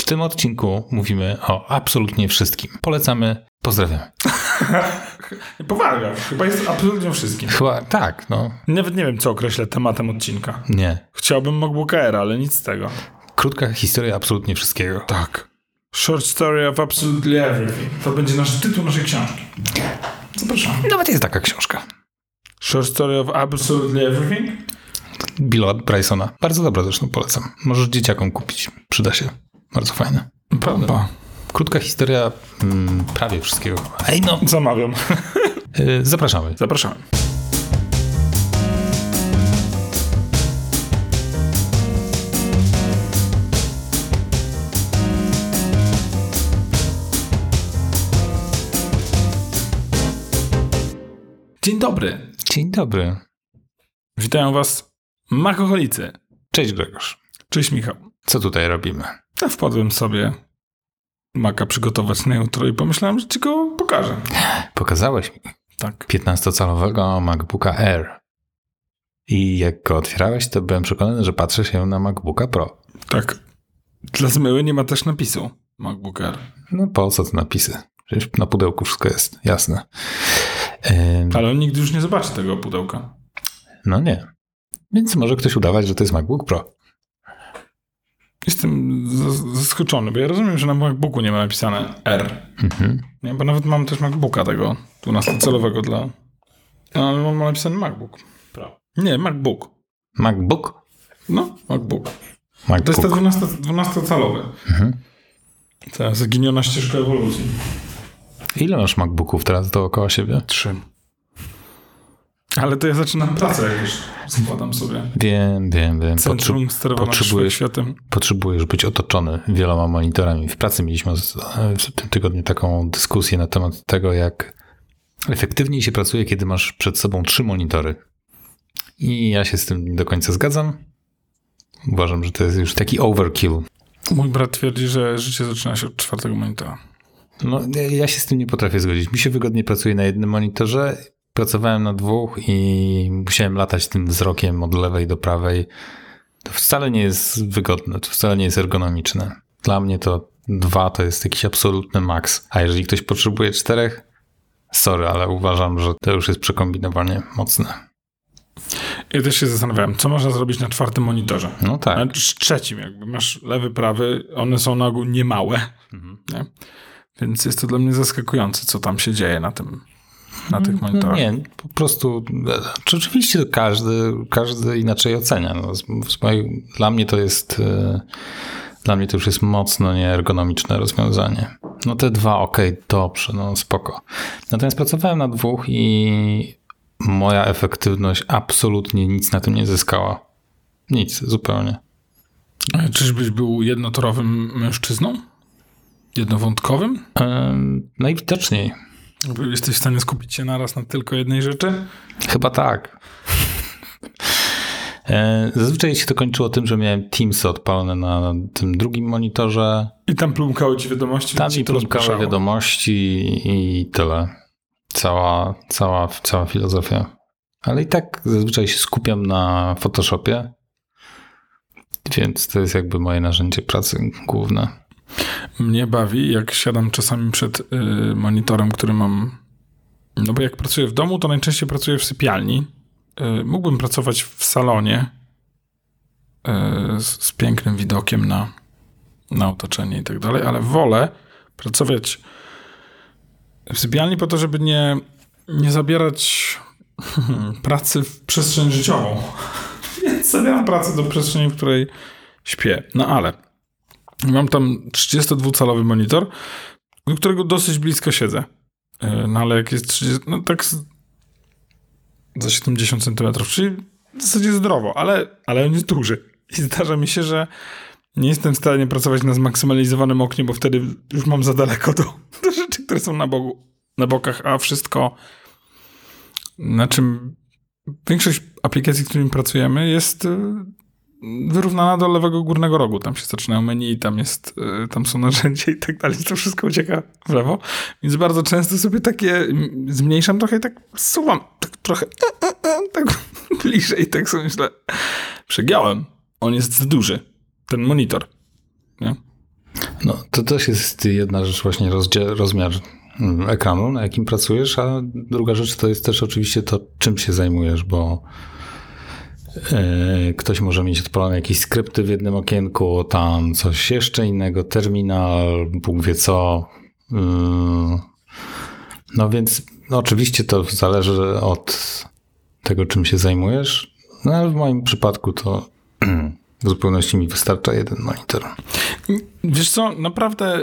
tym odcinku mówimy o absolutnie wszystkim. Polecamy, pozdrawiamy. Powaga, chyba jest absolutnie wszystkim. Chyba tak, no. Nawet nie wiem, co określę tematem odcinka. Nie. Chciałbym MacBooka Air, ale nic z tego. Krótka historia absolutnie wszystkiego. Tak. Short story of absolutely everything. To będzie nasz tytuł naszej książki. Zapraszam. Nawet jest taka książka. Short story of absolutely everything? Billa Brysona. Bardzo dobra zresztą, polecam. Możesz dzieciakom kupić. Przyda się. Bardzo fajne. Prawda. Krótka historia prawie wszystkiego. Ej no. Zamawiam. Zapraszamy. Zapraszamy. Dzień dobry. Dzień dobry. Witają was Macoholicy. Cześć Grzegorz. Cześć Michał. Co tutaj robimy? Ja wpadłem sobie Maca przygotować na jutro i pomyślałem, że ci go pokażę. Pokazałeś mi. Tak. 15-calowego MacBooka Air. I jak go otwierałeś, to byłem przekonany, że patrzę się na MacBooka Pro. Tak. Dla zmyły nie ma też napisu MacBook Air. No po co te napisy? Przecież na pudełku wszystko jest jasne. Ale on nigdy już nie zobaczy tego pudełka. No nie. Więc może ktoś udawać, że to jest MacBook Pro. Jestem zaskoczony, bo ja rozumiem, że na MacBooku nie ma napisane R. Mhm. Nie, bo nawet mam też MacBooka tego 12-calowego dla... Ale mam napisane MacBook Pro. Nie, MacBook. MacBook? No, MacBook. MacBook. To jest ten 12-calowy. Mhm. Ta zaginiona ścieżka ewolucji. Ile masz MacBooków teraz dookoła siebie? 3. Ale to ja zaczynam pracę, jak już składam sobie. Wiem. Centrum sterowania światem. Potrzebujesz być otoczony wieloma monitorami. W pracy mieliśmy w tym tygodniu taką dyskusję na temat tego, jak efektywniej się pracuje, kiedy masz przed sobą 3 monitory. I ja się z tym nie do końca zgadzam. Uważam, że to jest już taki overkill. Mój brat twierdzi, że życie zaczyna się od 4. monitora. No, ja się z tym nie potrafię zgodzić. Mi się wygodnie pracuje na jednym monitorze. Pracowałem na 2 i musiałem latać tym wzrokiem od lewej do prawej. To wcale nie jest wygodne, to wcale nie jest ergonomiczne. Dla mnie to 2 to jest jakiś absolutny maks. A jeżeli ktoś potrzebuje 4, sorry, ale uważam, że to już jest przekombinowanie mocne. Ja też się zastanawiałem, co można zrobić na 4. monitorze. No tak. A 3 jakby. Masz lewy, prawy, one są na ogół niemałe. Nie? Więc jest to dla mnie zaskakujące, co tam się dzieje na tych monitorach. Nie, po prostu oczywiście każdy inaczej ocenia. No, dla mnie to już jest mocno nieergonomiczne rozwiązanie. No te 2, dobrze, no spoko. Natomiast pracowałem na 2 i moja efektywność absolutnie nic na tym nie zyskała. Nic, zupełnie. A czyżbyś był jednotorowym mężczyzną? Jednowątkowym? Najwidoczniej. Jesteś w stanie skupić się naraz na tylko jednej rzeczy? Chyba tak. Zazwyczaj się to kończyło tym, że miałem Teamsy odpalone na tym drugim monitorze. I tam plumkały ci wiadomości? Tam mi plumkały wiadomości i tyle. Cała filozofia. Ale i tak zazwyczaj się skupiam na Photoshopie, więc to jest jakby moje narzędzie pracy główne. Mnie bawi, jak siadam czasami przed monitorem, który mam... No bo jak pracuję w domu, to najczęściej pracuję w sypialni. Mógłbym pracować w salonie z pięknym widokiem na otoczenie i tak dalej, ale wolę pracować w sypialni po to, żeby nie zabierać pracy w przestrzeń życiową. Więc zabieram pracę do przestrzeni, w której śpię. No ale mam tam 32-calowy monitor, do którego dosyć blisko siedzę. No ale jak jest 30, no tak za 70 cm, czyli w zasadzie zdrowo, ale on jest duży. I zdarza mi się, że nie jestem w stanie pracować na zmaksymalizowanym oknie, bo wtedy już mam za daleko do rzeczy, które są na bokach, a wszystko, na czym większość aplikacji, z którymi pracujemy, jest wyrównana do lewego górnego rogu. Tam się zaczynają menu, tam są narzędzia i tak dalej. To wszystko ucieka w lewo. Więc bardzo często sobie takie zmniejszam trochę i tak zsuwam tak trochę tak bliżej i tak sobie myślę, przegiąłem. On jest duży. Ten monitor. Nie? No, to też jest jedna rzecz, właśnie rozmiar ekranu, na jakim pracujesz, a druga rzecz to jest też oczywiście to, czym się zajmujesz, bo ktoś może mieć odpalone jakieś skrypty w jednym okienku, tam coś jeszcze innego, terminal, Bóg wie co. No więc no oczywiście to zależy od tego, czym się zajmujesz, no ale w moim przypadku to w zupełności mi wystarcza jeden monitor. Wiesz co, naprawdę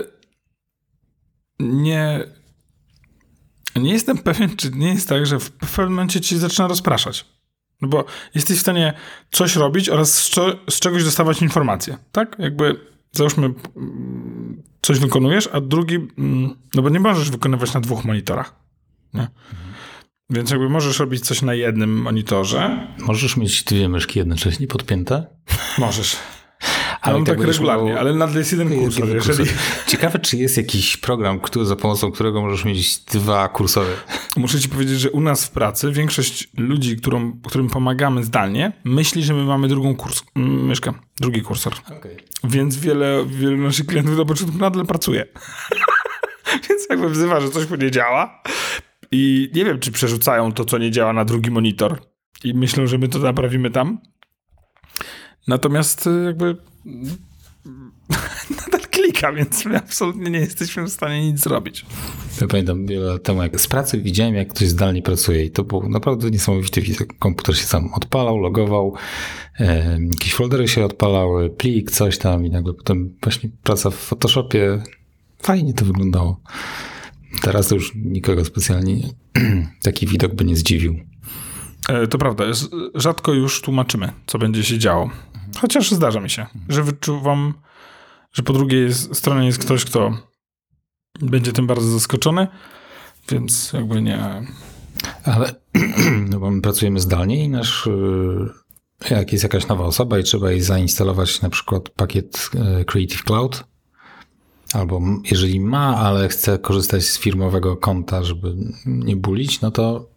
nie jestem pewien, czy nie jest tak, że w pewnym momencie ci zaczyna rozpraszać. No bo jesteś w stanie coś robić oraz z czegoś dostawać informacje, tak? Jakby załóżmy coś wykonujesz, a drugi, no bo nie możesz wykonywać na 2 monitorach, nie? Więc jakby możesz robić coś na jednym monitorze. Możesz mieć 2 myszki jednocześnie podpięte? Możesz. Ale mam tak regularnie, ale nadal jest jeden kursor. Jeżeli... Ciekawe, czy jest jakiś program, za pomocą którego możesz mieć 2 kursory. Muszę ci powiedzieć, że u nas w pracy większość ludzi, którym pomagamy zdalnie, myśli, że my mamy myszkę, drugi kursor. Okay. Więc wielu naszych klientów na początku nadal pracuje. Więc jakby wzywa, że coś mu nie działa i nie wiem, czy przerzucają to, co nie działa, na drugi monitor i myślą, że my to naprawimy tam. Natomiast jakby nadal klika, więc my absolutnie nie jesteśmy w stanie nic zrobić. Ja pamiętam wiele lat temu, jak z pracy widziałem, jak ktoś zdalnie pracuje i to był naprawdę niesamowity widok. Komputer się sam odpalał, logował, jakieś foldery się odpalały, plik, coś tam i nagle potem właśnie praca w Photoshopie. Fajnie to wyglądało. Teraz to już nikogo specjalnie taki widok by nie zdziwił. To prawda, rzadko już tłumaczymy, co będzie się działo. Chociaż zdarza mi się, że wyczuwam, że po drugiej stronie jest ktoś, kto będzie tym bardzo zaskoczony, więc jakby nie... Ale no bo my pracujemy zdalnie i jak jest jakaś nowa osoba i trzeba jej zainstalować na przykład pakiet Creative Cloud, albo jeżeli ma, ale chce korzystać z firmowego konta, żeby nie bulić, no to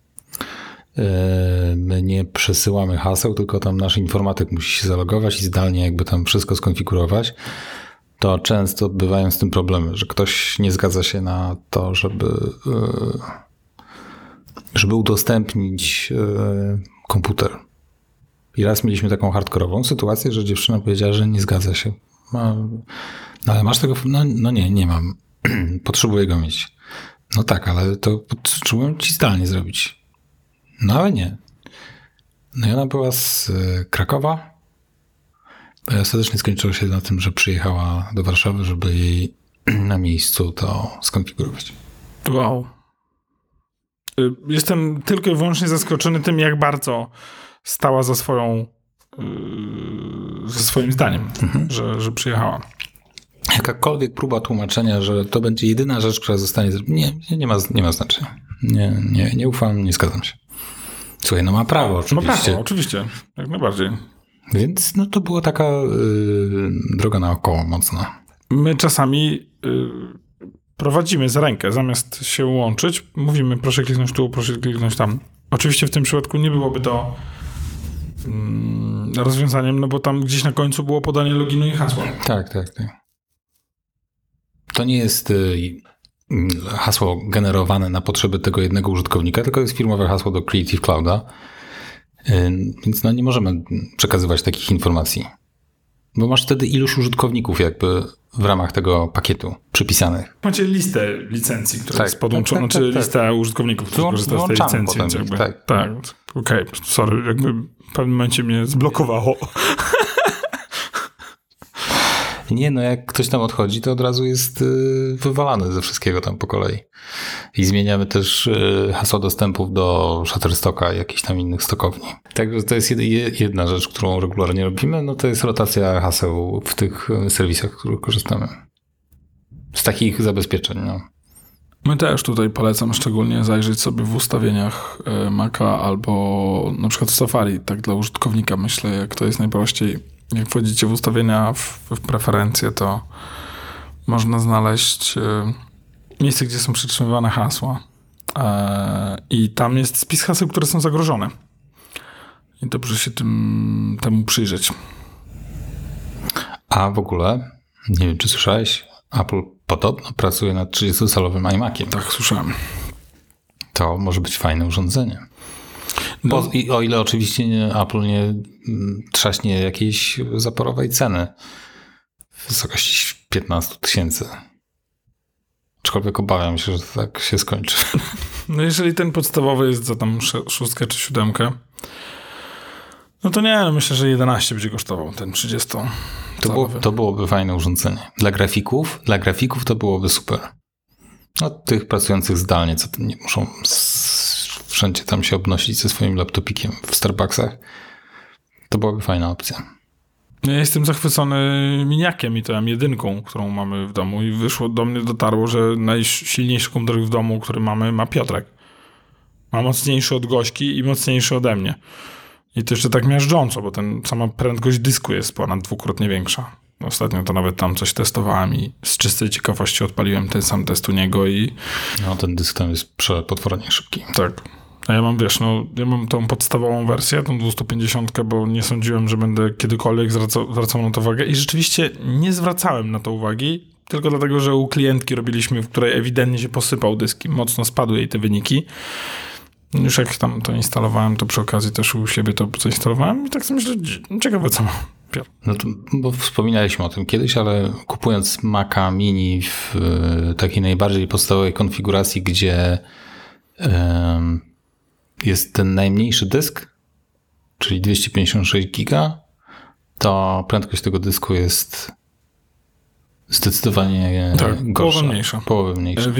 my nie przesyłamy haseł, tylko tam nasz informatyk musi się zalogować i zdalnie jakby tam wszystko skonfigurować. To często bywają z tym problemy, że ktoś nie zgadza się na to, żeby udostępnić komputer. I raz mieliśmy taką hardkorową sytuację, że dziewczyna powiedziała, że nie zgadza się. No, ale masz tego? No nie mam. Potrzebuję go mieć. No tak, ale to potrzebuję ci zdalnie zrobić. No ale nie. No i ona była z Krakowa. Ostatecznie skończyło się na tym, że przyjechała do Warszawy, żeby jej na miejscu to skonfigurować. Wow. Jestem tylko i wyłącznie zaskoczony tym, jak bardzo stała za swoim zdaniem, że przyjechała. Jakakolwiek próba tłumaczenia, że to będzie jedyna rzecz, która zostanie zrobiona, nie ma znaczenia. Nie ufam, nie zgadzam się. Słuchaj, no ma prawo oczywiście. Ma prawo, oczywiście, jak najbardziej. Więc no to była taka droga naokoło mocna. My czasami prowadzimy za rękę, zamiast się łączyć, mówimy proszę kliknąć tu, proszę kliknąć tam. Oczywiście w tym przypadku nie byłoby to rozwiązaniem, no bo tam gdzieś na końcu było podanie loginu i hasła. Tak. To nie jest hasło generowane na potrzeby tego jednego użytkownika, tylko jest firmowe hasło do Creative Clouda, więc no nie możemy przekazywać takich informacji. Bo masz wtedy iluś użytkowników jakby w ramach tego pakietu przypisanych. Macie listę licencji, która jest podłączona, czy listę użytkowników, którzy korzystają z tej licencji. Więc jakby, tak. Okej, sorry, jakby w pewnym momencie mnie zblokowało. Nie, no jak ktoś tam odchodzi, to od razu jest wywalany ze wszystkiego tam po kolei. I zmieniamy też hasła dostępów do Shutterstocka i jakichś tam innych stokowni. Także to jest jedna rzecz, którą regularnie robimy, no to jest rotacja haseł w tych serwisach, z których korzystamy. Z takich zabezpieczeń, no. My też tutaj polecam szczególnie zajrzeć sobie w ustawieniach Maca albo na przykład w Safari, tak dla użytkownika myślę, jak to jest najprościej. Jak wchodzicie w ustawienia, w preferencje, to można znaleźć miejsce, gdzie są przytrzymywane hasła. I tam jest spis haseł, które są zagrożone. I dobrze się temu przyjrzeć. A w ogóle Nie wiem, czy słyszałeś? Apple podobno pracuje nad 30-calowym iMaciem. Tak, słyszałem. To może być fajne urządzenie. I o ile oczywiście Apple nie trzaśnie jakiejś zaporowej ceny w wysokości 15 000. Aczkolwiek obawiam się, że tak się skończy. No jeżeli ten podstawowy jest za tam 6 czy 7, no to nie, no myślę, że 11 będzie kosztował ten 30. To byłoby fajne urządzenie. Dla grafików to byłoby super. No, tych pracujących zdalnie, co nie muszą wszędzie tam się obnosić ze swoim laptopikiem w Starbucksach, to byłaby fajna opcja. Ja jestem zachwycony miniakiem i tą jedynką, którą mamy w domu i do mnie dotarło, że najsilniejszy komputer w domu, który mamy, ma Piotrek. Ma mocniejszy od Gośki i mocniejszy ode mnie. I to jeszcze tak miażdżąco, bo sama prędkość dysku jest ponad 2-krotnie większa. Ostatnio to nawet tam coś testowałem i z czystej ciekawości odpaliłem ten sam test u niego i... No ten dysk tam jest przepotwornie szybki. Tak. A ja mam, ja mam tą podstawową wersję, tą 250, bo nie sądziłem, że będę kiedykolwiek zwracał na to uwagę i rzeczywiście nie zwracałem na to uwagi, tylko dlatego, że u klientki robiliśmy, w której ewidentnie się posypał dysk i mocno spadły jej te wyniki. Już jak tam to instalowałem, to przy okazji też u siebie to zainstalowałem i tak sobie myślę, ciekawe co ma. No to, bo wspominaliśmy o tym kiedyś, ale kupując Maca Mini w takiej najbardziej podstawowej konfiguracji, gdzie jest ten najmniejszy dysk, czyli 256 giga, to prędkość tego dysku jest zdecydowanie gorsza. Połowę mniejsza.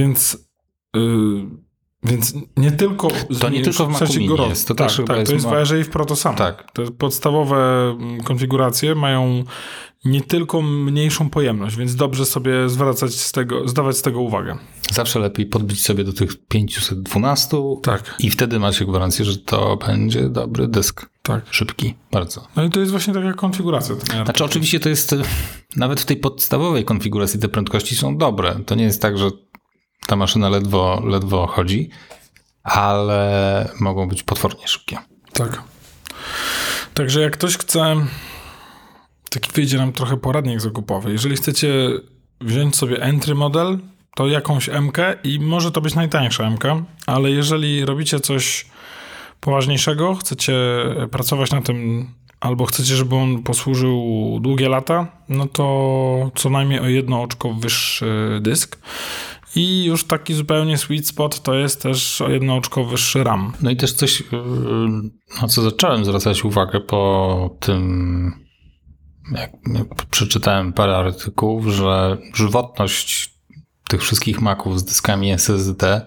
Więc nie tylko... To nie tylko w Macu Mini jest. To też to jest w Airze i w Pro to samo. Tak. Te podstawowe konfiguracje mają nie tylko mniejszą pojemność, więc dobrze sobie zdawać z tego uwagę. Zawsze lepiej podbić sobie do tych 512 i wtedy macie gwarancję, że to będzie dobry dysk. Tak. Szybki, bardzo. No i to jest właśnie taka konfiguracja. Znaczy oczywiście to jest, nawet w tej podstawowej konfiguracji te prędkości są dobre. To nie jest tak, że ta maszyna ledwo chodzi, ale mogą być potwornie szybkie. Tak. Także jak ktoś chce, taki wyjdzie nam trochę poradnik zakupowy. Jeżeli chcecie wziąć sobie entry model, to jakąś M-kę i może to być najtańsza M-ka, ale jeżeli robicie coś poważniejszego, chcecie pracować na tym albo chcecie, żeby on posłużył długie lata, no to co najmniej o 1 oczko wyższy dysk. I już taki zupełnie sweet spot to jest też o 1 oczko wyższy RAM. No i też coś, na co zacząłem zwracać uwagę po tym, jak przeczytałem parę artykułów, że żywotność tych wszystkich Maców z dyskami SSD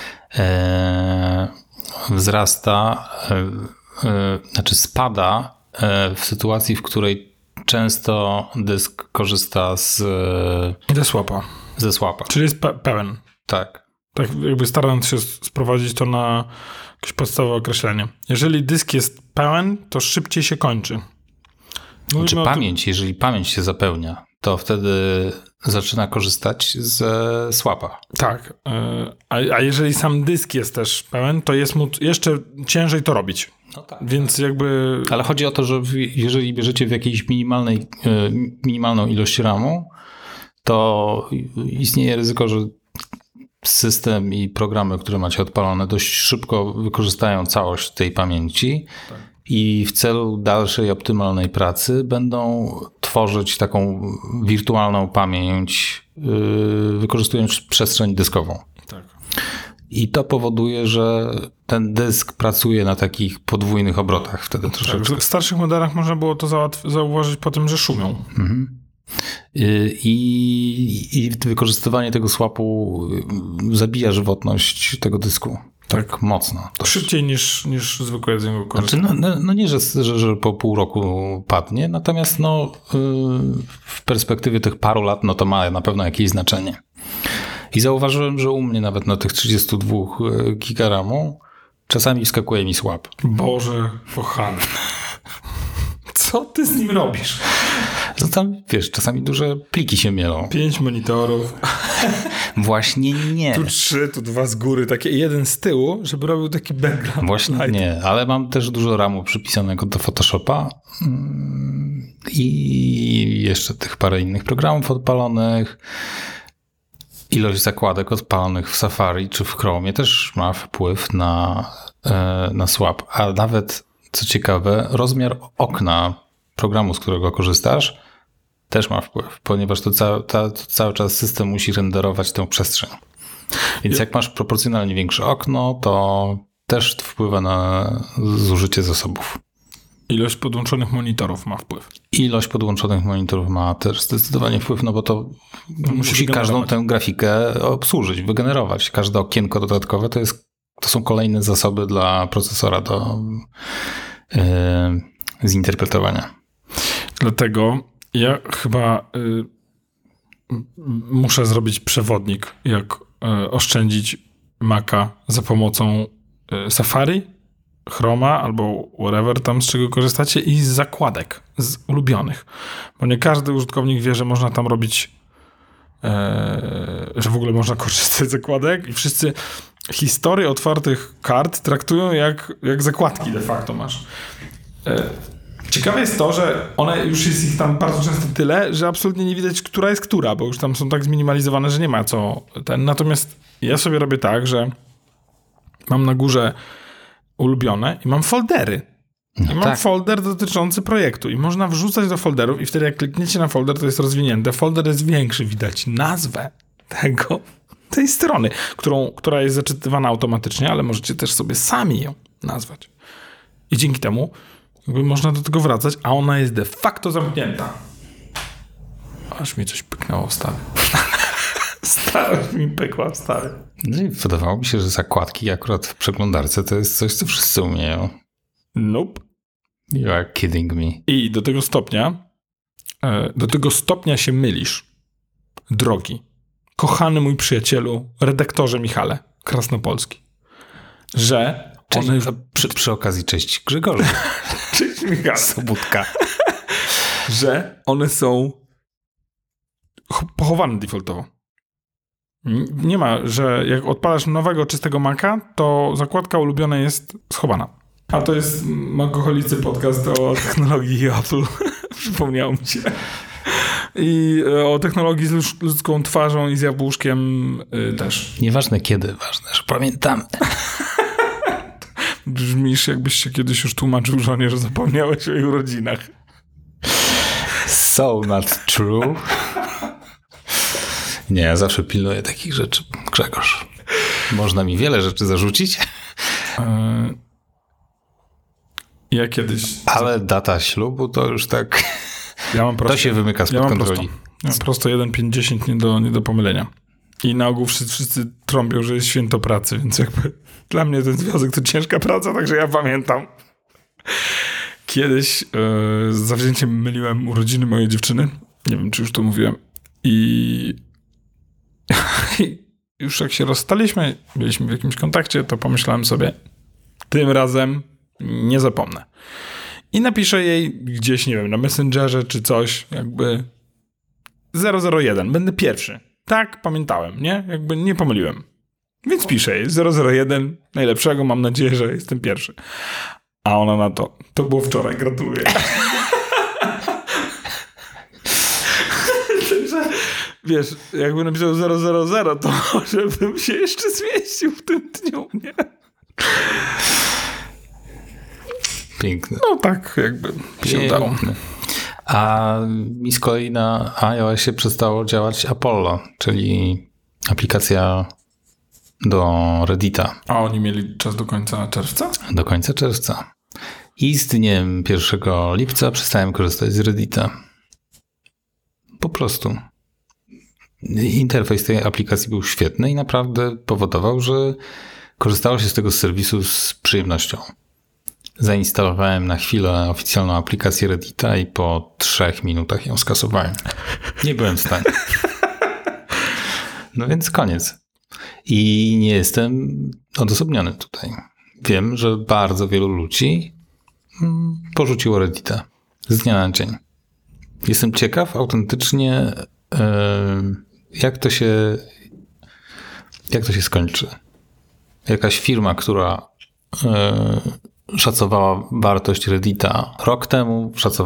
wzrasta, spada w sytuacji, w której często dysk korzysta ze swapa. Czyli jest pełen. Tak. Tak jakby starając się sprowadzić to na jakieś podstawowe określenie. Jeżeli dysk jest pełen, to szybciej się kończy. Czy pamięć, jeżeli pamięć się zapełnia, to wtedy zaczyna korzystać ze swapa. Tak. A jeżeli sam dysk jest też pełen, to jest mu jeszcze ciężej to robić. No tak. Więc jakby... Ale chodzi o to, że jeżeli bierzecie w jakiejś minimalną ilość RAMu, to istnieje ryzyko, że system i programy, które macie odpalone, dość szybko wykorzystają całość tej pamięci i w celu dalszej optymalnej pracy będą tworzyć taką wirtualną pamięć, wykorzystując przestrzeń dyskową. Tak. I to powoduje, że ten dysk pracuje na takich podwójnych obrotach wtedy troszeczkę. Tak, w starszych modelach można było to zauważyć po tym, że szumią. Mhm. I wykorzystywanie tego swapu zabija żywotność tego dysku. Tak mocno. Szybciej niż zwykłe z niego korzystać. Znaczy, no nie, że po pół roku padnie, natomiast w perspektywie tych paru lat to ma na pewno jakieś znaczenie. I zauważyłem, że u mnie nawet na tych 32 giga RAMu czasami wskakuje mi swap. Boże kochany. Co ty z nim robisz? No tam, czasami duże pliki się mielą. 5 monitorów. Właśnie nie. Tu 3, tu 2 z góry, takie jeden z tyłu, żeby robił taki background. Właśnie nie, ale mam też dużo RAMu przypisanego do Photoshopa i jeszcze tych parę innych programów odpalonych. Ilość zakładek odpalonych w Safari czy w Chromie też ma wpływ na swap. A nawet, co ciekawe, rozmiar okna programu, z którego korzystasz, też ma wpływ, ponieważ to cały czas system musi renderować tę przestrzeń. Więc jak masz proporcjonalnie większe okno, to też wpływa na zużycie zasobów. Ilość podłączonych monitorów ma wpływ. Ilość podłączonych monitorów ma też zdecydowanie wpływ, no bo to musi każdą tę grafikę obsłużyć, wygenerować. Każde okienko dodatkowe to są kolejne zasoby dla procesora do zinterpretowania. Dlatego ja chyba muszę zrobić przewodnik, jak oszczędzić Maca za pomocą Safari, Chroma albo whatever tam, z czego korzystacie, i z zakładek, z ulubionych. Bo nie każdy użytkownik wie, że można tam robić, że w ogóle można korzystać z zakładek, i wszyscy historię otwartych kart traktują jak zakładki de facto masz. Ciekawe jest to, że one już jest ich tam bardzo często tyle, że absolutnie nie widać, która jest która, bo już tam są tak zminimalizowane, że nie ma co. Natomiast ja sobie robię tak, że mam na górze ulubione i mam foldery. I mam folder dotyczący projektu i można wrzucać do folderów i wtedy jak klikniecie na folder, to jest rozwinięte. Folder jest większy, widać nazwę tej strony, która jest zaczytywana automatycznie, ale możecie też sobie sami ją nazwać. I dzięki temu jakby można do tego wracać, a ona jest de facto zamknięta. Aż mi coś pyknęło w stawie. Aż mi pykła w stawie. No i wydawało mi się, że zakładki akurat w przeglądarce to jest coś, co wszyscy umieją. Nope. You are kidding me. I do tego stopnia się mylisz, drogi, kochany mój przyjacielu, redaktorze Michale Krasnopolski, że Cześć, one już... przy okazji cześć Grzegorzu. Cześć Michał. Sobótka. Że one są pochowane defaultowo. Nie ma, że jak odpalasz nowego, czystego Maca, to zakładka ulubiona jest schowana. A to jest Macoholicy podcast o technologii Apple. Przypomniało mi się. I o technologii z ludzką twarzą i z jabłuszkiem też. Nieważne kiedy, ważne, że pamiętamy. Brzmisz, jakbyś się kiedyś już tłumaczył żonie, że zapomniałeś o jej urodzinach. So not true. Nie, ja zawsze pilnuję takich rzeczy. Grzegorz, można mi wiele rzeczy zarzucić. Ja kiedyś... Ale data ślubu to już tak... Ja mam prosto, to się wymyka spod kontroli. Ja mam prosto 1,50 nie do pomylenia. I na ogół wszyscy trąbią, że jest święto pracy, więc jakby dla mnie ten związek to ciężka praca, także ja pamiętam. Kiedyś z zawzięciem myliłem urodziny mojej dziewczyny. Nie wiem, czy już to mówiłem. I już jak się rozstaliśmy, byliśmy w jakimś kontakcie, to pomyślałem sobie, tym razem nie zapomnę. I napiszę jej gdzieś, nie wiem, na Messengerze czy coś, jakby 001, będę pierwszy. Tak, pamiętałem, nie? Jakby nie pomyliłem. Więc piszę jej 001, najlepszego, mam nadzieję, że jestem pierwszy. A ona na to było wczoraj, gratuluję. Wiesz, jakby napisał 000, to może bym się jeszcze zmieścił w tym dniu, nie? Piękne. No tak, jakby się udało. A mi z kolei na iOSie przestało działać Apollo, czyli aplikacja do Reddita. A oni mieli czas do końca czerwca? Do końca czerwca. I z dniem 1 lipca przestałem korzystać z Reddita. Po prostu. Interfejs tej aplikacji był świetny i naprawdę powodował, że korzystało się z tego serwisu z przyjemnością. Zainstalowałem na chwilę oficjalną aplikację Reddita i po 3 minutach ją skasowałem. Nie byłem w stanie. No więc koniec. I nie jestem odosobniony tutaj. Wiem, że bardzo wielu ludzi porzuciło Reddita z dnia na dzień. Jestem ciekaw autentycznie, jak to się skończy. Jakaś firma, która szacowała wartość Reddita rok temu, szacowała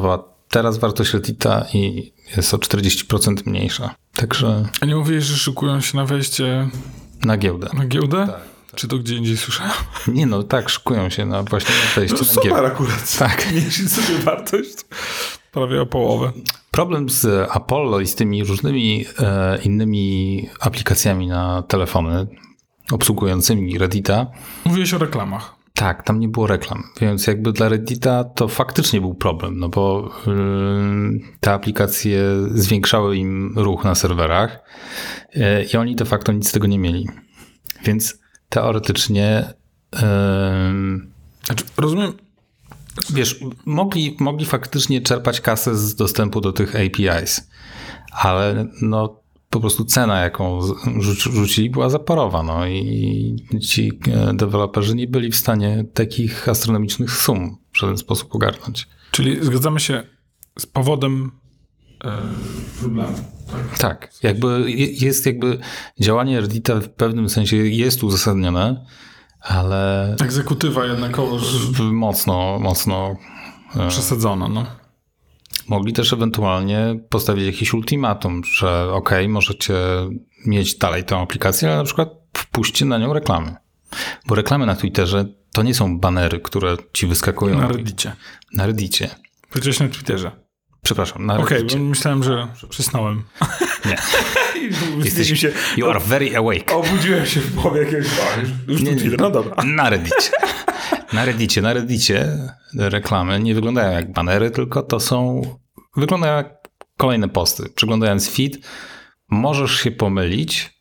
teraz wartość Reddita jest o 40% mniejsza. Także... A nie mówiłeś, że szykują się na wejście na giełdę. Na giełdę? Tak. Czy to gdzie indziej słyszałem? Nie no, tak, szykują się właśnie na wejście na super giełdę. Akurat. Tak. Mniejszy sobie wartość prawie o połowę. Problem z Apollo i z tymi różnymi innymi aplikacjami na telefony obsługującymi Reddita. Mówiłeś o reklamach. Tak, tam nie było reklam, więc jakby dla Reddita to faktycznie był problem, no bo te aplikacje zwiększały im ruch na serwerach i oni de facto nic z tego nie mieli. Więc teoretycznie Znaczy, rozumiem. Wiesz, mogli faktycznie czerpać kasę z dostępu do tych APIs, ale no po prostu cena, jaką rzucili, była zaporowa, no i ci deweloperzy nie byli w stanie takich astronomicznych sum w żaden sposób ogarnąć. Czyli zgadzamy się z powodem problemu. Tak, jest działanie Reddita w pewnym sensie jest uzasadnione, ale egzekutywa jednakowoż mocno przesadzona, no. Mogli też ewentualnie postawić jakiś ultimatum, że okej, możecie mieć dalej tę aplikację, ale na przykład wpuśćcie na nią reklamy. Bo reklamy na Twitterze to nie są banery, które ci wyskakują. Na Reddicie. Na Reddicie. Powiedziałeś na Twitterze. Przepraszam, na Reddicie. Okej, myślałem, że przysnąłem. Nie. You are very awake. Obudziłem się w głowie jakiegoś... Nie. No dobra. Na Reddicie. Na Reddicie reklamy nie wyglądają jak banery, tylko wyglądają jak kolejne posty. Przeglądając feed, możesz się pomylić,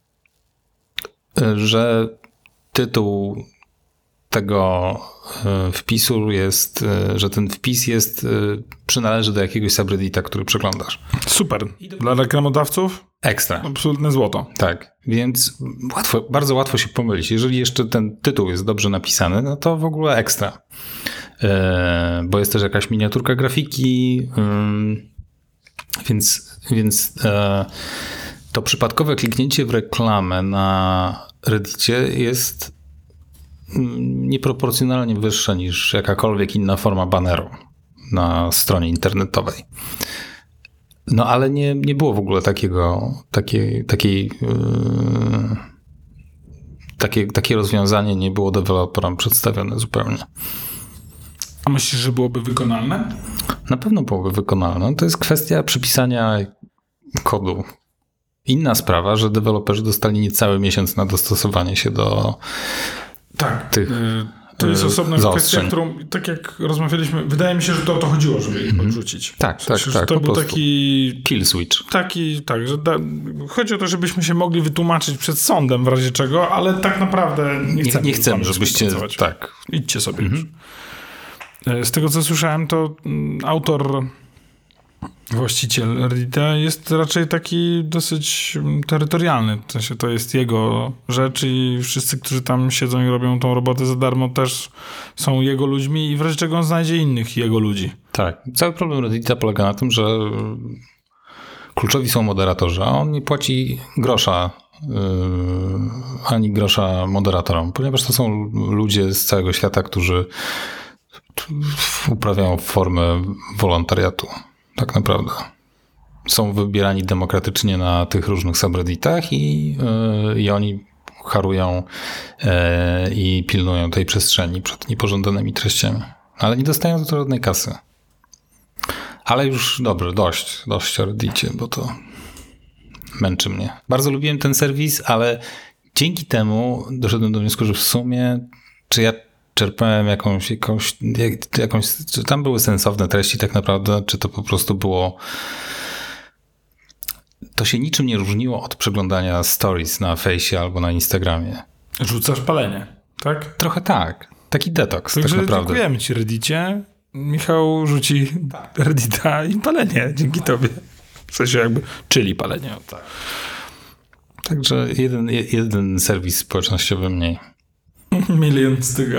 że tytuł tego wpisu jest, że ten wpis przynależy do jakiegoś subreddita, który przeglądasz. Super. Dla reklamodawców? Ekstra. Absolutne złoto. Tak, więc bardzo łatwo się pomylić. Jeżeli jeszcze ten tytuł jest dobrze napisany, no to w ogóle ekstra. Bo jest też jakaś miniaturka grafiki, więc to przypadkowe kliknięcie w reklamę na Reddicie jest nieproporcjonalnie wyższe niż jakakolwiek inna forma baneru na stronie internetowej. No ale nie było w ogóle takie rozwiązanie nie było deweloperom przedstawione zupełnie. A myślisz, że byłoby wykonalne? Na pewno byłoby wykonalne. To jest kwestia przypisania kodu. Inna sprawa, że deweloperzy dostali niecały miesiąc na dostosowanie się do tych to jest osobna zaostrzeń. kwestia, którą, tak jak rozmawialiśmy, wydaje mi się, że to o to chodziło, żeby ich odrzucić. Tak. Że to był taki kill switch. Że chodzi o to, żebyśmy się mogli wytłumaczyć przed sądem w razie czego, ale tak naprawdę nie chcemy żebyście... Tak. Idźcie sobie już. Z tego, co słyszałem, to autor, właściciel Reddita jest raczej taki dosyć terytorialny. W sensie to jest jego rzecz i wszyscy, którzy tam siedzą i robią tą robotę za darmo, też są jego ludźmi i w razie czego on znajdzie innych jego ludzi. Tak. Cały problem Reddita polega na tym, że kluczowi są moderatorzy, a on nie płaci grosza ani grosza moderatorom, ponieważ to są ludzie z całego świata, którzy uprawiają formę wolontariatu. Tak naprawdę. Są wybierani demokratycznie na tych różnych subredditach i oni harują i pilnują tej przestrzeni przed niepożądanymi treściami. Ale nie dostają za to żadnej kasy. Ale już dobrze, dość o Reddicie, bo to męczy mnie. Bardzo lubiłem ten serwis, ale dzięki temu doszedłem do wniosku, że w sumie czy ja czerpałem jakąś, czy tam były sensowne treści tak naprawdę, czy to po prostu było... To się niczym nie różniło od przeglądania stories na Fejsie albo na Instagramie. Rzucasz palenie, tak? Trochę tak. Taki detoks tak naprawdę. Dziękujemy ci, Reddicie. Michał rzuci Reddita i palenie dzięki tobie. W sensie jakby, czyli palenie. Tak. Także jeden serwis społecznościowy mniej. Milion z tego.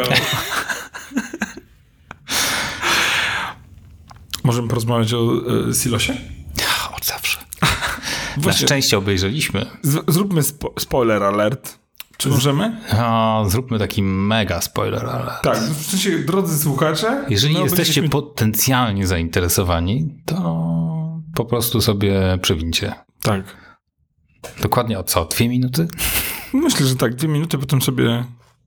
Możemy porozmawiać o Silosie? Od zawsze. Na szczęście obejrzeliśmy. Zróbmy spoiler alert. Czy możemy? Zróbmy taki mega spoiler, ale... Tak, w sensie, drodzy słuchacze... Jeżeli jesteście potencjalnie zainteresowani, to po prostu sobie przewincie. Tak. Dokładnie o co? 2 minuty? Myślę, że tak, 2 minuty, potem sobie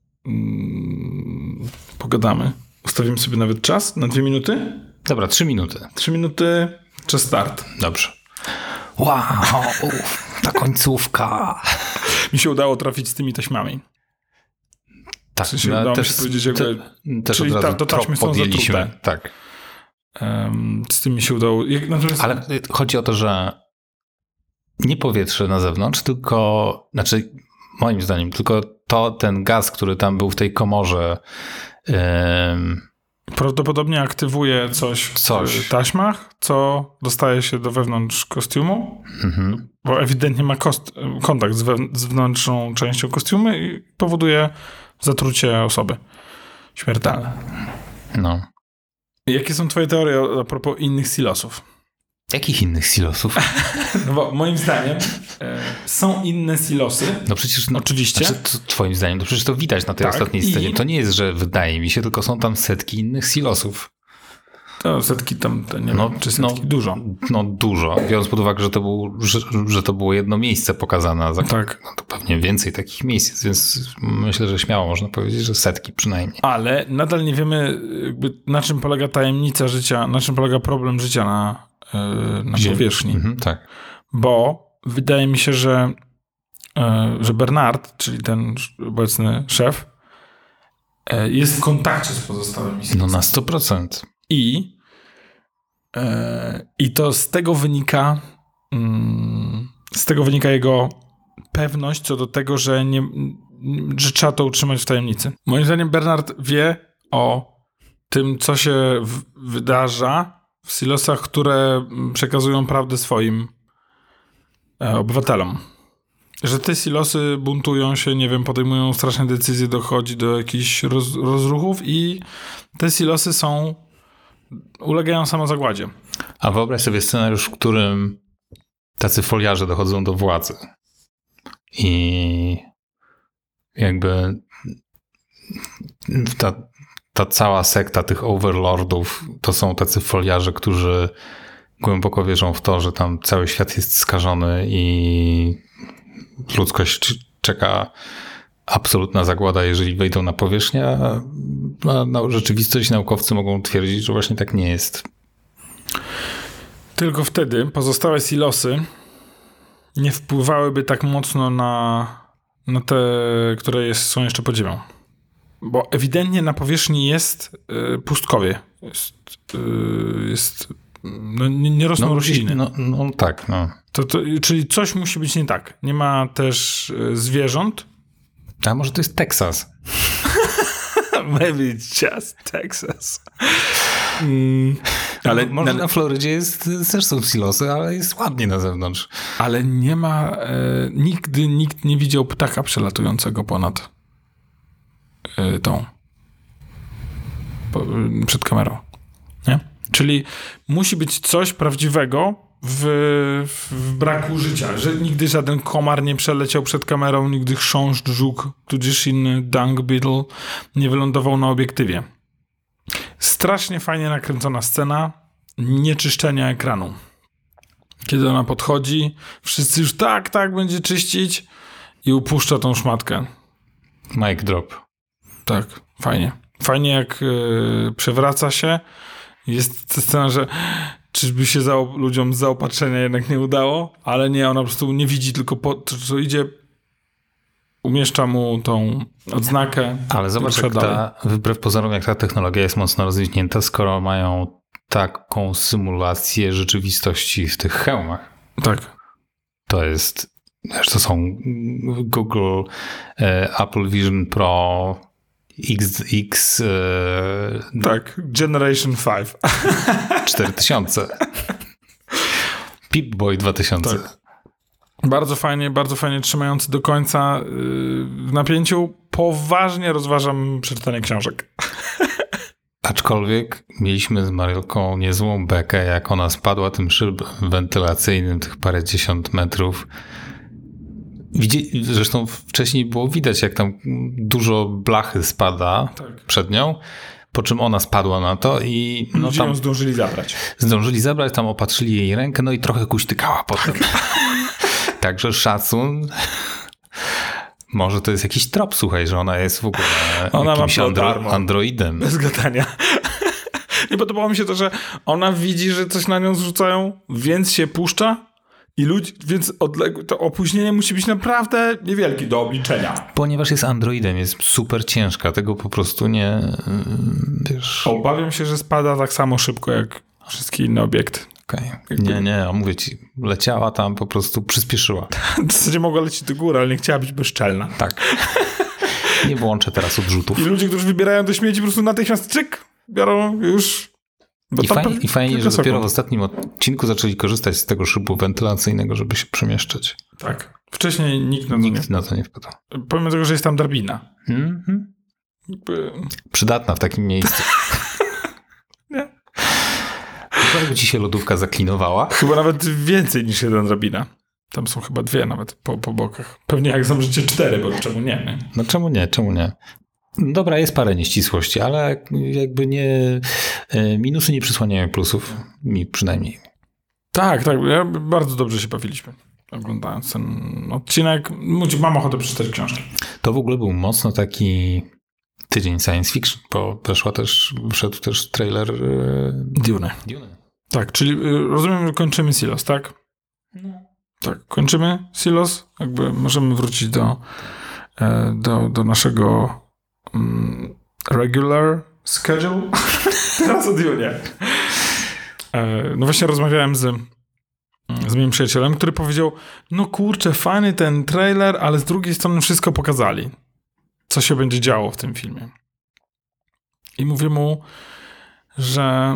pogadamy. Ustawimy sobie nawet czas na 2 minuty. Dobra, 3 minuty. 3 minuty, czas start. Dobrze. Wow, ta końcówka. Mi się udało trafić z tymi taśmami. Tak, w sensie udało mi się powiedzieć, jakby... też czyli od razu to taśmy są podjęliśmy. zatrute. Tak. Z tym mi się udało. Natomiast... Ale chodzi o to, że nie powietrze na zewnątrz, tylko, znaczy moim zdaniem, tylko ten gaz, który tam był w tej komorze. Prawdopodobnie aktywuje coś w taśmach, co dostaje się do wewnątrz kostiumu, bo ewidentnie ma kontakt z wewnętrzną częścią kostiumu i powoduje zatrucie osoby śmiertelne. No. Jakie są twoje teorie a propos innych silosów? Jakich innych silosów? No bo moim zdaniem są inne silosy. No przecież... oczywiście. Znaczy, twoim zdaniem, to przecież to widać na tej ostatniej scenie. To nie jest, że wydaje mi się, tylko są tam setki innych silosów. To setki tam, nie wiem, czy setki? Dużo. No dużo. Biorąc pod uwagę, że to było jedno miejsce pokazane. Tak. No to pewnie więcej takich miejsc, więc myślę, że śmiało można powiedzieć, że setki przynajmniej. Ale nadal nie wiemy, jakby, na czym polega tajemnica życia, na czym polega problem życia na powierzchni. Tak. Bo wydaje mi się, że Bernard, czyli ten obecny szef, jest w kontakcie z pozostałymi silosami. No na 100%. I to z tego wynika jego pewność co do tego, że trzeba to utrzymać w tajemnicy. Moim zdaniem Bernard wie o tym, co się wydarza w silosach, które przekazują prawdę swoim obywatelom. Że te silosy buntują się, nie wiem, podejmują straszne decyzje, dochodzi do jakichś rozruchów i te silosy ulegają samozagładzie. A wyobraź sobie scenariusz, w którym tacy foliarze dochodzą do władzy i jakby ta cała sekta tych overlordów to są tacy foliarze, którzy głęboko wierzą w to, że tam cały świat jest skażony i ludzkość czeka absolutna zagłada, jeżeli wejdą na powierzchnię, a rzeczywistość naukowcy mogą twierdzić, że właśnie tak nie jest. Tylko wtedy pozostałe silosy nie wpływałyby tak mocno na te, które są jeszcze pod ziemią. Bo ewidentnie na powierzchni jest pustkowie. Nie rosną rośliny. No tak, no. Czyli coś musi być nie tak. Nie ma też zwierząt. A może to jest Teksas? Maybe it's just Texas. Ale może na Florydzie też są silosy, ale jest ładnie na zewnątrz. Ale nie ma... nigdy nikt nie widział ptaka przelatującego ponad przed kamerą. Nie? Czyli musi być coś prawdziwego w braku życia, że nigdy żaden komar nie przeleciał przed kamerą, nigdy chrząszcz, żuk, tudzież inny dung beetle nie wylądował na obiektywie. Strasznie fajnie nakręcona scena nieczyszczenia ekranu. Kiedy ona podchodzi, wszyscy już tak, będzie czyścić i upuszcza tą szmatkę. Mic drop. Tak, fajnie. Fajnie jak przewraca się. Jest ta scena, że czyżby się ludziom z zaopatrzenia jednak nie udało, ale nie, ona po prostu nie widzi, tylko co idzie, umieszcza mu tą odznakę. Ale zobacz, wbrew pozorom, jak ta technologia jest mocno rozwinięta, skoro mają taką symulację rzeczywistości w tych hełmach. Tak. To jest, to są Google, Apple Vision Pro, XX... tak, Generation 5. 4000. Pip-Boy 2000. Tak. Bardzo fajnie trzymający do końca w napięciu. Poważnie rozważam przeczytanie książek. Aczkolwiek mieliśmy z Mariolką niezłą bekę, jak ona spadła tym szybem wentylacyjnym, tych parędziesiąt metrów Zresztą wcześniej było widać, jak tam dużo blachy spada przed nią, po czym ona spadła na to i Ludzie ją zdążyli zabrać. Zdążyli zabrać, tam opatrzyli jej rękę, no i trochę kuśtykała potem. Także szacun. Może to jest jakiś trop, słuchaj, że ona jest w ogóle jakimś androidem. Bez gadania. Nie podobało mi się to, że ona widzi, że coś na nią zrzucają, więc się puszcza i więc to opóźnienie musi być naprawdę niewielkie do obliczenia. Ponieważ jest androidem, jest super ciężka, tego po prostu nie, wiesz... Obawiam się, że spada tak samo szybko jak wszystkie inne obiekty. Okay. Nie, mówię ci, leciała tam, po prostu przyspieszyła. W zasadzie mogła lecieć do góry, ale nie chciała być bezczelna. Tak. Nie włączę teraz odrzutów. I ludzie, którzy wybierają do śmieci, po prostu natychmiast biorą już... I fajnie, że dopiero w ostatnim odcinku zaczęli korzystać z tego szybu wentylacyjnego, żeby się przemieszczać. Tak. Wcześniej nikt na to nie wpadł. Pomimo tego, że jest tam drabina. Przydatna w takim miejscu. Nie. Jakby ci się lodówka zaklinowała. Chyba nawet więcej niż jedna drabina. Tam są chyba 2 nawet po bokach. Pewnie jak zamrzycie 4, bo czemu nie? No czemu nie? Dobra, jest parę nieścisłości, ale jakby nie... Minusy nie przysłaniają plusów. Mi przynajmniej. Tak. Bardzo dobrze się bawiliśmy, oglądając ten odcinek. Mam ochotę przeczytać książkę. To w ogóle był mocno taki tydzień science fiction, bo wszedł też trailer Dune. Tak, czyli rozumiem, że kończymy Silos, tak? No. Tak, kończymy Silos. Jakby możemy wrócić do naszego regular schedule. Teraz o Dune. No właśnie rozmawiałem z moim przyjacielem, który powiedział, no kurczę, fajny ten trailer, ale z drugiej strony wszystko pokazali, co się będzie działo w tym filmie. I mówię mu, że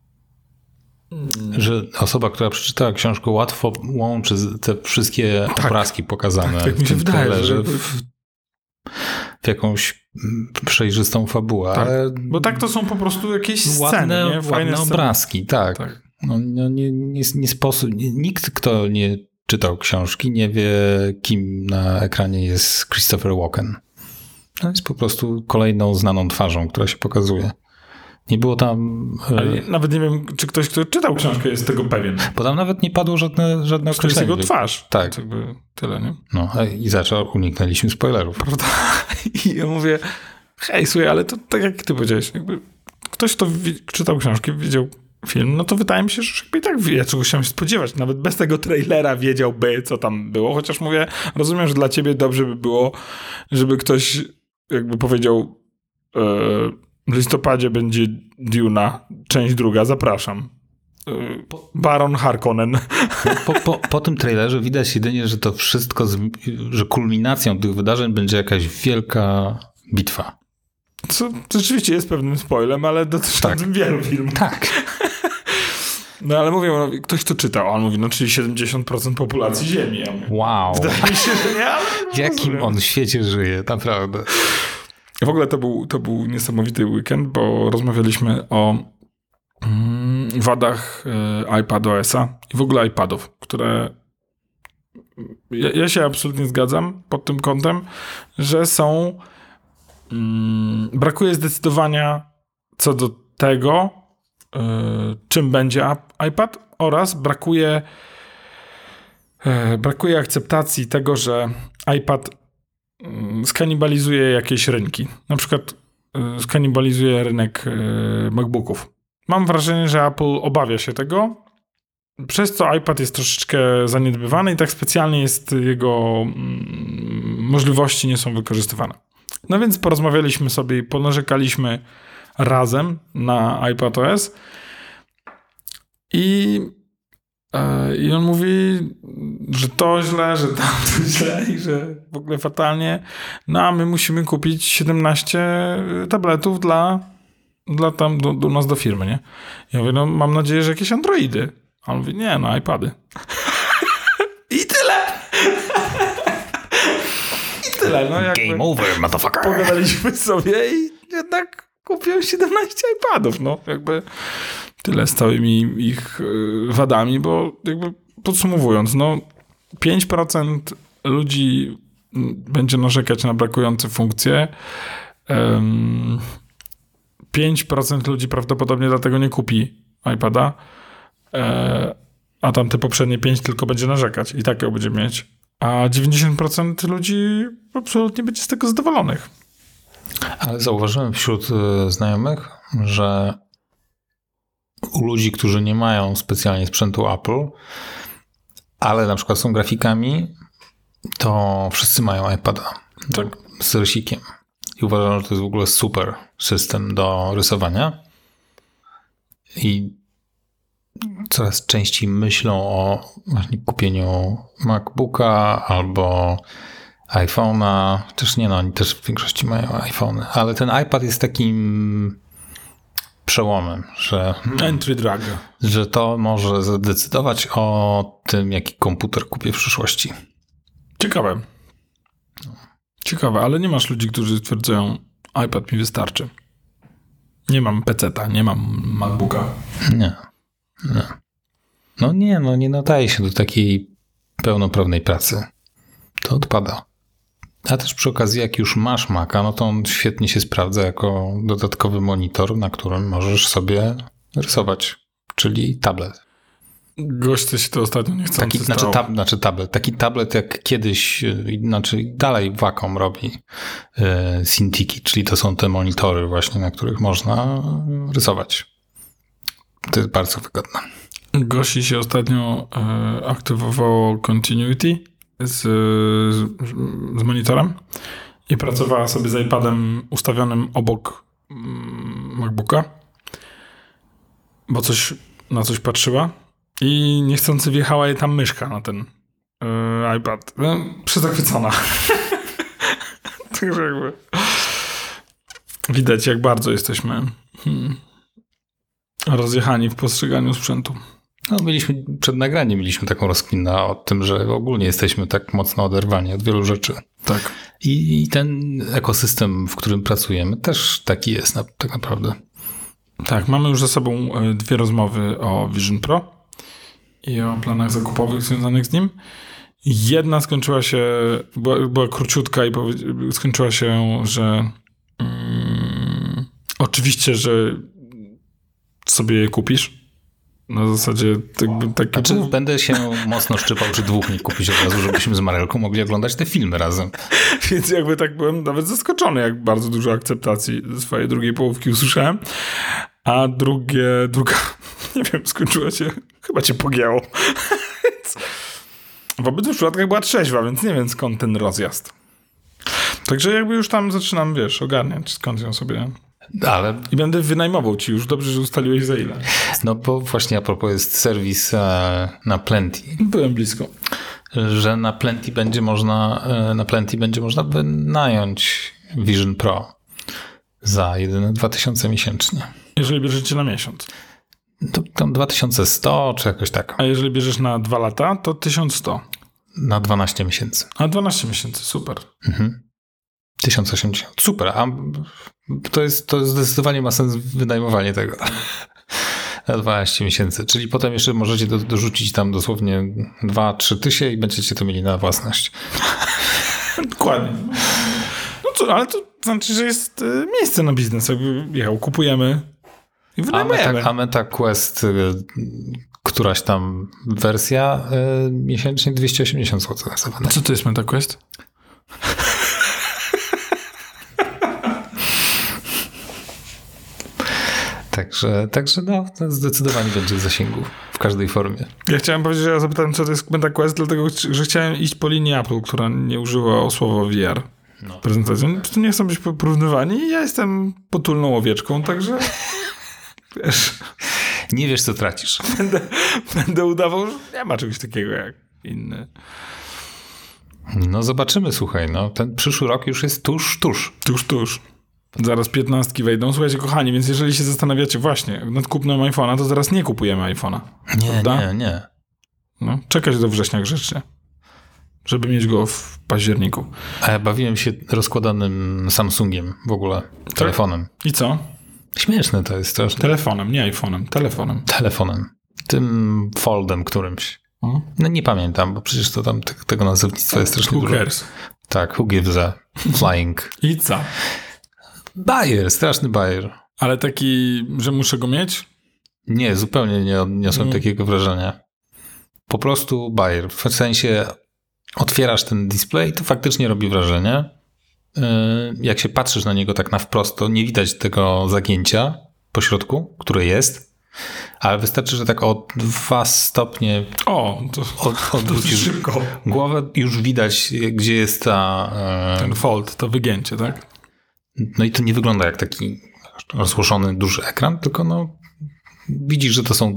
osoba, która przeczytała książkę, łatwo łączy te wszystkie obrazki pokazane tak mi się wydaje, że w jakąś przejrzystą fabułę. Tak, ale bo tak to są po prostu jakieś sceny, ładne obrazki, tak. No, nie sposób, nikt, kto nie czytał książki, nie wie, kim na ekranie jest Christopher Walken. To jest po prostu kolejną znaną twarzą, która się pokazuje. Nie było tam... Ale nawet nie wiem, czy ktoś, kto czytał książkę, jest tego pewien. Bo tam nawet nie padło żadne określenie. To jest jego twarz. Tak. Jakby tyle, nie? No i uniknęliśmy spoilerów. Prawda? I ja mówię, hej, słuchaj, ale to tak jak ty powiedziałeś, jakby ktoś, kto czytał książki, widział film, no to wydaje mi się, że jakby i tak wie, czego się spodziewać. Nawet bez tego trailera wiedziałby, co tam było. Chociaż mówię, rozumiem, że dla ciebie dobrze by było, żeby ktoś jakby powiedział w listopadzie będzie Duna, część 2, zapraszam. Baron Harkonnen. Po tym trailerze widać jedynie, że to wszystko, że kulminacją tych wydarzeń będzie jakaś wielka bitwa. Co rzeczywiście jest pewnym spoilem, ale dotyczącym wielu filmów. Tak. No ale mówię, ktoś to czytał, a on mówi, czyli 70% populacji Ziemi. Ja mówię, wow. Wydaje mi się, że nie, ale w jakim on świecie żyje, naprawdę. W ogóle to był niesamowity weekend, bo rozmawialiśmy o wadach iPadOS-a i w ogóle iPadów, które ja się absolutnie zgadzam pod tym kątem, że są brakuje zdecydowania co do tego, czym będzie iPad, oraz brakuje akceptacji tego, że iPad skanibalizuje jakieś rynki. Na przykład skanibalizuje rynek MacBooków. Mam wrażenie, że Apple obawia się tego, przez co iPad jest troszeczkę zaniedbywany i tak specjalnie jego możliwości nie są wykorzystywane. No więc porozmawialiśmy sobie i ponarzekaliśmy razem na iPadOS i on mówi, że to źle, że tamto źle i że w ogóle fatalnie. No a my musimy kupić 17 tabletów dla tam do nas do firmy, nie? Ja mówię, no mam nadzieję, że jakieś Androidy. A on mówi, nie, no iPady. I tyle! I tyle, no jakby. Game over, motherfucker! Pogadaliśmy sobie i jednak kupiłem 17 iPadów, no jakby tyle z całymi ich wadami, bo jakby podsumowując, no 5% ludzi będzie narzekać na brakujące funkcje. 5% ludzi prawdopodobnie dlatego nie kupi iPada, a tamte poprzednie 5 tylko będzie narzekać i tak ją będzie mieć. A 90% ludzi absolutnie będzie z tego zadowolonych. Ale zauważyłem wśród znajomych, że u ludzi, którzy nie mają specjalnie sprzętu Apple, ale na przykład są grafikami, to wszyscy mają iPada. Tak. Z rysikiem. I uważam, że to jest w ogóle super system do rysowania. I coraz częściej myślą o właśnie kupieniu MacBooka albo iPhone'a. Też nie, no oni też w większości mają iPhone'y. Ale ten iPad jest takim przełomem, że Entry drag. że to może zadecydować o tym, jaki komputer kupię w przyszłości. Ciekawe, ale nie masz ludzi, którzy stwierdzają, iPad mi wystarczy. Nie mam PC-ta, nie mam MacBooka. Nie. No nie nadaje się do takiej pełnoprawnej pracy. To odpada. A też przy okazji, jak już masz Maca, no to on świetnie się sprawdza jako dodatkowy monitor, na którym możesz sobie rysować, czyli tablet. Goście się to ostatnio nie chcą. Tablet. Taki tablet jak kiedyś, dalej Wacom robi Cintiqui, czyli to są te monitory właśnie, na których można rysować. To jest bardzo wygodne. Gości się ostatnio aktywowało Continuity z monitorem i pracowała sobie z iPadem ustawionym obok MacBooka, bo na coś patrzyła i niechcący wjechała jej tam myszka na ten iPad. Przezachwycona. Także jakby widać, jak bardzo jesteśmy rozjechani w postrzeganiu sprzętu. No, przed nagraniem mieliśmy taką rozkminę o tym, że ogólnie jesteśmy tak mocno oderwani od wielu rzeczy. Tak. I ten ekosystem, w którym pracujemy, też taki jest tak naprawdę. Tak, mamy już za sobą 2 rozmowy o Vision Pro i o planach zakupowych związanych z nim. Jedna skończyła się, była króciutka i skończyła się, że oczywiście, że sobie je kupisz. Na zasadzie Będę się mocno szczypał, czy 2 nie kupić od razu, żebyśmy z Marelką mogli oglądać te filmy razem. Więc jakby tak byłem nawet zaskoczony, jak bardzo dużo akceptacji ze swojej drugiej połówki usłyszałem. A druga, nie wiem, skończyła się, chyba cię pogięło. W obydwu przypadkach była trzeźwa, więc nie wiem skąd ten rozjazd. Także jakby już tam zaczynam, ogarniać skąd ją sobie... I będę wynajmował ci już. Dobrze, że ustaliłeś za ile. No bo właśnie a propos jest serwis na Plenty. Byłem blisko. Że na Plenty będzie można wynająć Vision Pro za jedyne 2000 miesięcznie. Jeżeli bierzecie na miesiąc. To tam 2100 czy jakoś tak. A jeżeli bierzesz na 2 lata, to 1100. Na 12 miesięcy. A 12 miesięcy, super. 1080. Super, a to zdecydowanie ma sens wynajmowanie tego na 12 miesięcy. Czyli potem jeszcze możecie dorzucić tam dosłownie 2-3 tysiące i będziecie to mieli na własność. Dokładnie. No co, ale to znaczy, że jest miejsce na biznes. Jakby kupujemy i wynajmujemy. A Meta Quest, któraś tam wersja miesięcznie 280 zł. Co to jest Meta Quest? Także no, to zdecydowanie będzie w zasięgu w każdej formie. Ja chciałem powiedzieć, że ja zapytałem, co to jest Meta Quest, dlatego, że chciałem iść po linii Apple, która nie użyła słowa VR w prezentacji. To nie chcą być porównywani i ja jestem potulną owieczką, także wiesz... Nie wiesz, co tracisz. Będę udawał, że nie ma czegoś takiego jak inny. No zobaczymy, słuchaj, ten przyszły rok już jest tuż. Tuż. Zaraz 15 wejdą. Słuchajcie, kochani, więc jeżeli się zastanawiacie właśnie nad kupnem iPhone'a, to zaraz nie kupujemy iPhone'a. Nie. No, czekać do września grzecznie, żeby mieć go w październiku. A ja bawiłem się rozkładanym Samsungiem w ogóle, telefonem. I co? Śmieszne to jest strasznie. Telefonem, nie iPhone'em, telefonem. Telefonem. Tym Foldem którymś. No nie pamiętam, bo przecież to tam tego nazewnictwa jest strasznie Who dużo. cares? Tak, who gives a flying. I co? Bajer, straszny bajer. Ale taki, że muszę go mieć? Nie, zupełnie nie odniosłem takiego wrażenia. Po prostu bajer. W sensie otwierasz ten display, to faktycznie robi wrażenie. Jak się patrzysz na niego tak na wprost, to nie widać tego zagięcia po środku, które jest, ale wystarczy, że tak o 2 stopnie odwrócisz szybko. głowę, już widać, gdzie jest Ten fold, to wygięcie, tak? No i to nie wygląda jak taki rozłożony duży ekran, tylko widzisz, że to są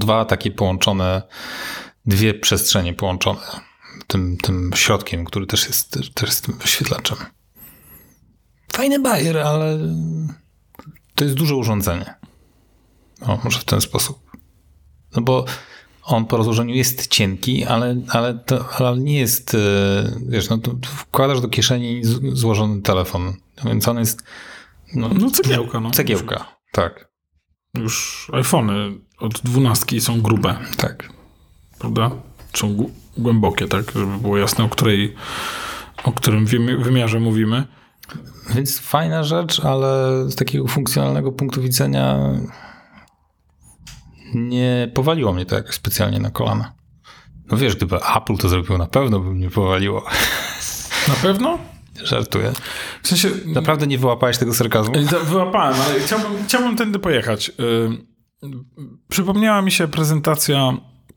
dwie przestrzenie połączone tym środkiem, który też jest tym wyświetlaczem. Fajny bajer, ale to jest duże urządzenie. Może w ten sposób. No bo on po rozłożeniu jest cienki, ale nie jest, wiesz, to wkładasz do kieszeni złożony telefon, więc on jest cegiełka. Cegiełka, tak. Już iPhony od 12 są grube. Tak. Prawda? Są głębokie, tak? Żeby było jasne, o którym wymiarze mówimy. Więc fajna rzecz, ale z takiego funkcjonalnego punktu widzenia nie powaliło mnie to jakoś specjalnie na kolana. No wiesz, gdyby Apple to zrobił, na pewno by mnie powaliło. Na pewno? Żartuję. W sensie... Naprawdę nie wyłapałeś tego sarkazmu? Wyłapałem, ale chciałbym tędy pojechać. Przypomniała mi się prezentacja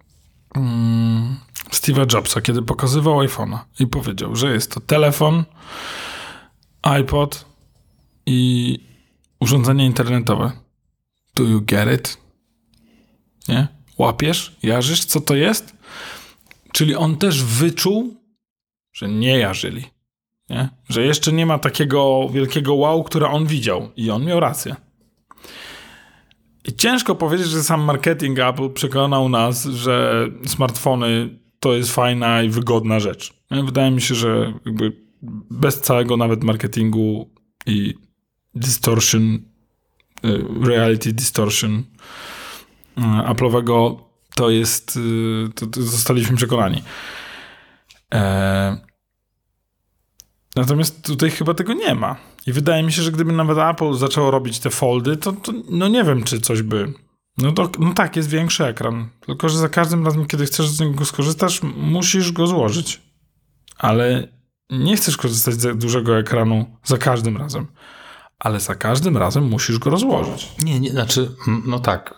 Steve'a Jobsa, kiedy pokazywał iPhone'a i powiedział, że jest to telefon, iPod i urządzenie internetowe. Do you get it? Nie? Łapiesz? Jarzysz? Co to jest? Czyli on też wyczuł, że nie jarzyli. Nie? Że jeszcze nie ma takiego wielkiego wow, które on widział. I on miał rację. I ciężko powiedzieć, że sam marketing Apple przekonał nas, że smartfony to jest fajna i wygodna rzecz. Wydaje mi się, że jakby bez całego nawet marketingu i distortion, reality distortion Apple'owego to jest, to zostaliśmy przekonani. Natomiast tutaj chyba tego nie ma. I wydaje mi się, że gdyby nawet Apple zaczęło robić te foldy, to no nie wiem, czy coś by... No tak, jest większy ekran. Tylko, że za każdym razem, kiedy chcesz z niego skorzystać, musisz go złożyć. Ale nie chcesz korzystać z dużego ekranu za każdym razem. Ale za każdym razem musisz go rozłożyć. Nie, znaczy, no tak,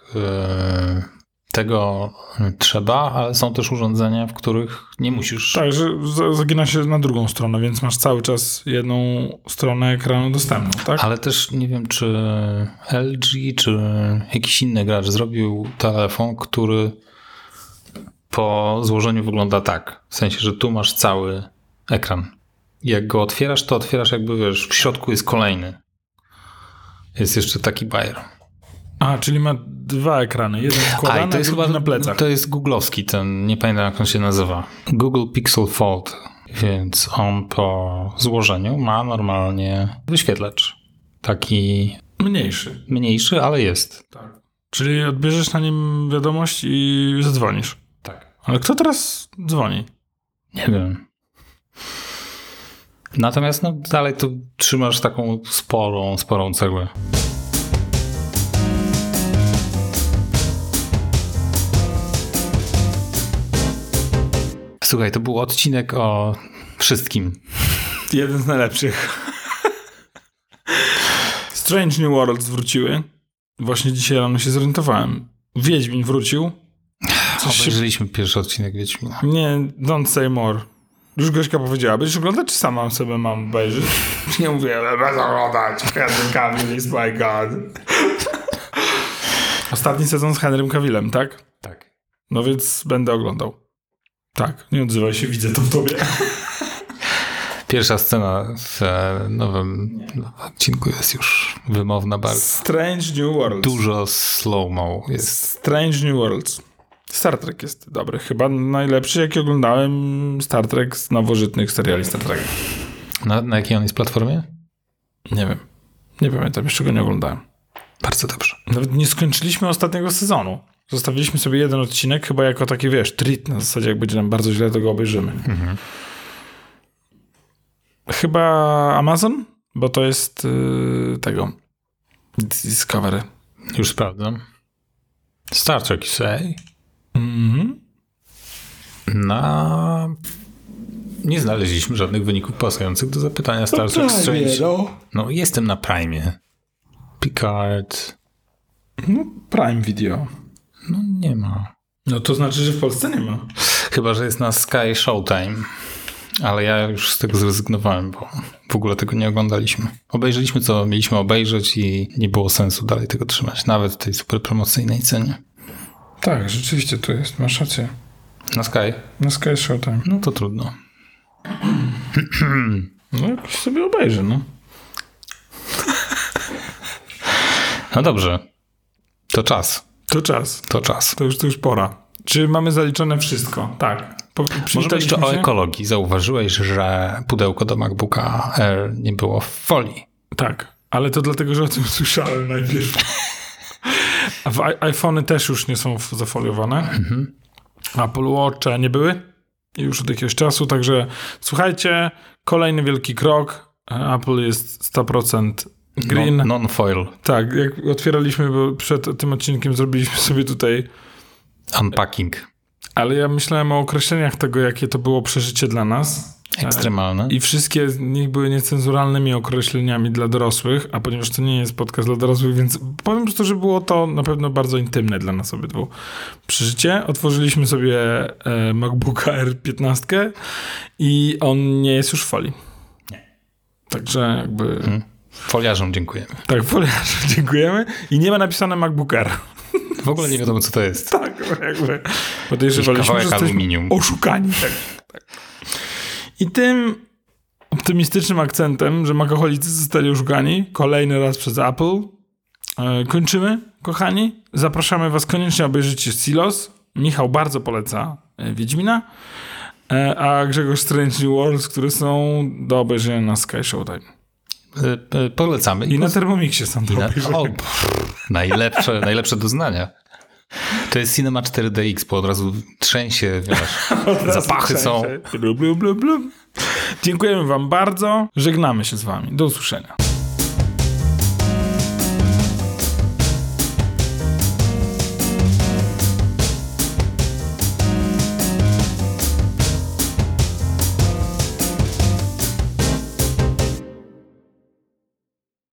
tego trzeba, ale są też urządzenia, w których nie musisz. Tak, że zagina się na drugą stronę, więc masz cały czas jedną stronę ekranu dostępną, tak? Ale też nie wiem, czy LG, czy jakiś inny gracz zrobił telefon, który po złożeniu wygląda tak. W sensie, że tu masz cały ekran. Jak go otwierasz, to otwierasz jakby, wiesz, w środku jest kolejny. Jest jeszcze taki bajer. Czyli ma 2 ekrany. Jeden wkładany, a drugi na plecach. To jest googlowski ten, nie pamiętam jak on się nazywa. Google Pixel Fold. Więc on po złożeniu ma normalnie wyświetlacz. Taki mniejszy, ale jest. Tak. Czyli odbierzesz na nim wiadomość i zadzwonisz. Tak. Ale kto teraz dzwoni? Nie wiem. Natomiast dalej tu trzymasz taką sporą cegłę. Słuchaj, to był odcinek o wszystkim. Jeden z najlepszych. Strange New Worlds wróciły. Właśnie dzisiaj rano się zorientowałem. Wiedźmin wrócił. Obejrzeliśmy pierwszy odcinek Wiedźmina. Nie, don't say more. Już Gośka powiedziała, będziesz oglądać, czy sama sobie mam obejrzeć? Nie mówię, ale będę oglądać. Henry Cavill is my god. Ostatni sezon z Henrym Cavillem, tak? Tak. No więc będę oglądał. Tak, nie odzywaj się, widzę to w tobie. Pierwsza scena w nowym odcinku jest już wymowna bardzo. Strange New Worlds. Dużo slow-mo jest. Strange New Worlds. Star Trek jest dobry. Chyba najlepszy, jaki oglądałem Star Trek z nowożytnych seriali Star Trek. Na jakiej on jest platformie? Nie wiem. Nie pamiętam, jeszcze go nie oglądałem. Bardzo dobrze. Nawet nie skończyliśmy ostatniego sezonu. Zostawiliśmy sobie jeden odcinek, chyba jako taki, wiesz, treat na zasadzie, jak będzie nam bardzo źle, to go obejrzymy. Chyba Amazon, bo to jest tego Discovery. Już sprawdzam. Star Trek say. Nie znaleźliśmy żadnych wyników pasujących do zapytania Star Trek Strange. No, jestem na Prime. Picard. No, Prime Video. No, nie ma. No to znaczy, że w Polsce nie ma. Chyba, że jest na Sky Showtime. Ale ja już z tego zrezygnowałem, bo w ogóle tego nie oglądaliśmy. Obejrzeliśmy, co mieliśmy obejrzeć i nie było sensu dalej tego trzymać. Nawet w tej super promocyjnej cenie. Tak, rzeczywiście tu jest, masz rację. Na Sky? Na Sky Showtime. No to trudno. No jakoś sobie obejrzę, no. No dobrze. To czas. To czas. To czas. To już pora. Czy mamy zaliczone wszystko? Tak. Możemy jeszcze o ekologii. Zauważyłeś, że pudełko do MacBooka Air nie było w folii. Tak, ale to dlatego, że o tym słyszałem najpierw. A iPhony też już nie są zafoliowane. Apple Watche nie były już od jakiegoś czasu, także słuchajcie, kolejny wielki krok. Apple jest 100% green. Non-foil. Tak, jak otwieraliśmy, bo przed tym odcinkiem zrobiliśmy sobie tutaj unpacking. Ale ja myślałem o określeniach tego, jakie to było przeżycie dla nas. Ekstremalne. I wszystkie z nich były niecenzuralnymi określeniami dla dorosłych, a ponieważ to nie jest podcast dla dorosłych, więc powiem po prostu, że było to na pewno bardzo intymne dla nas obydwu przeżycie. Otworzyliśmy sobie MacBooka R15 i on nie jest już w folii. Nie. Także jakby... Foliarzom dziękujemy. Tak, foliarzom dziękujemy. I nie ma napisane MacBook Air. W ogóle nie wiadomo, co to jest. Tak, jakby podejrzewaliśmy, że jesteśmy aluminium. oszukani. Tak. I tym optymistycznym akcentem, że makaholicy zostali oszukani kolejny raz przez Apple, kończymy, kochani. Zapraszamy was koniecznie, obejrzyjcie Silos. Michał bardzo poleca Wiedźmina, a Grzegorz Strange New Worlds, które są do obejrzenia na Sky Showtime. Polecamy. I na Thermomixie są do obejrzenia. Najlepsze doznania. To jest Cinema 4DX, bo od razu trzęsie, wiesz, zapachy są. Dziękujemy wam bardzo. Żegnamy się z wami. Do usłyszenia.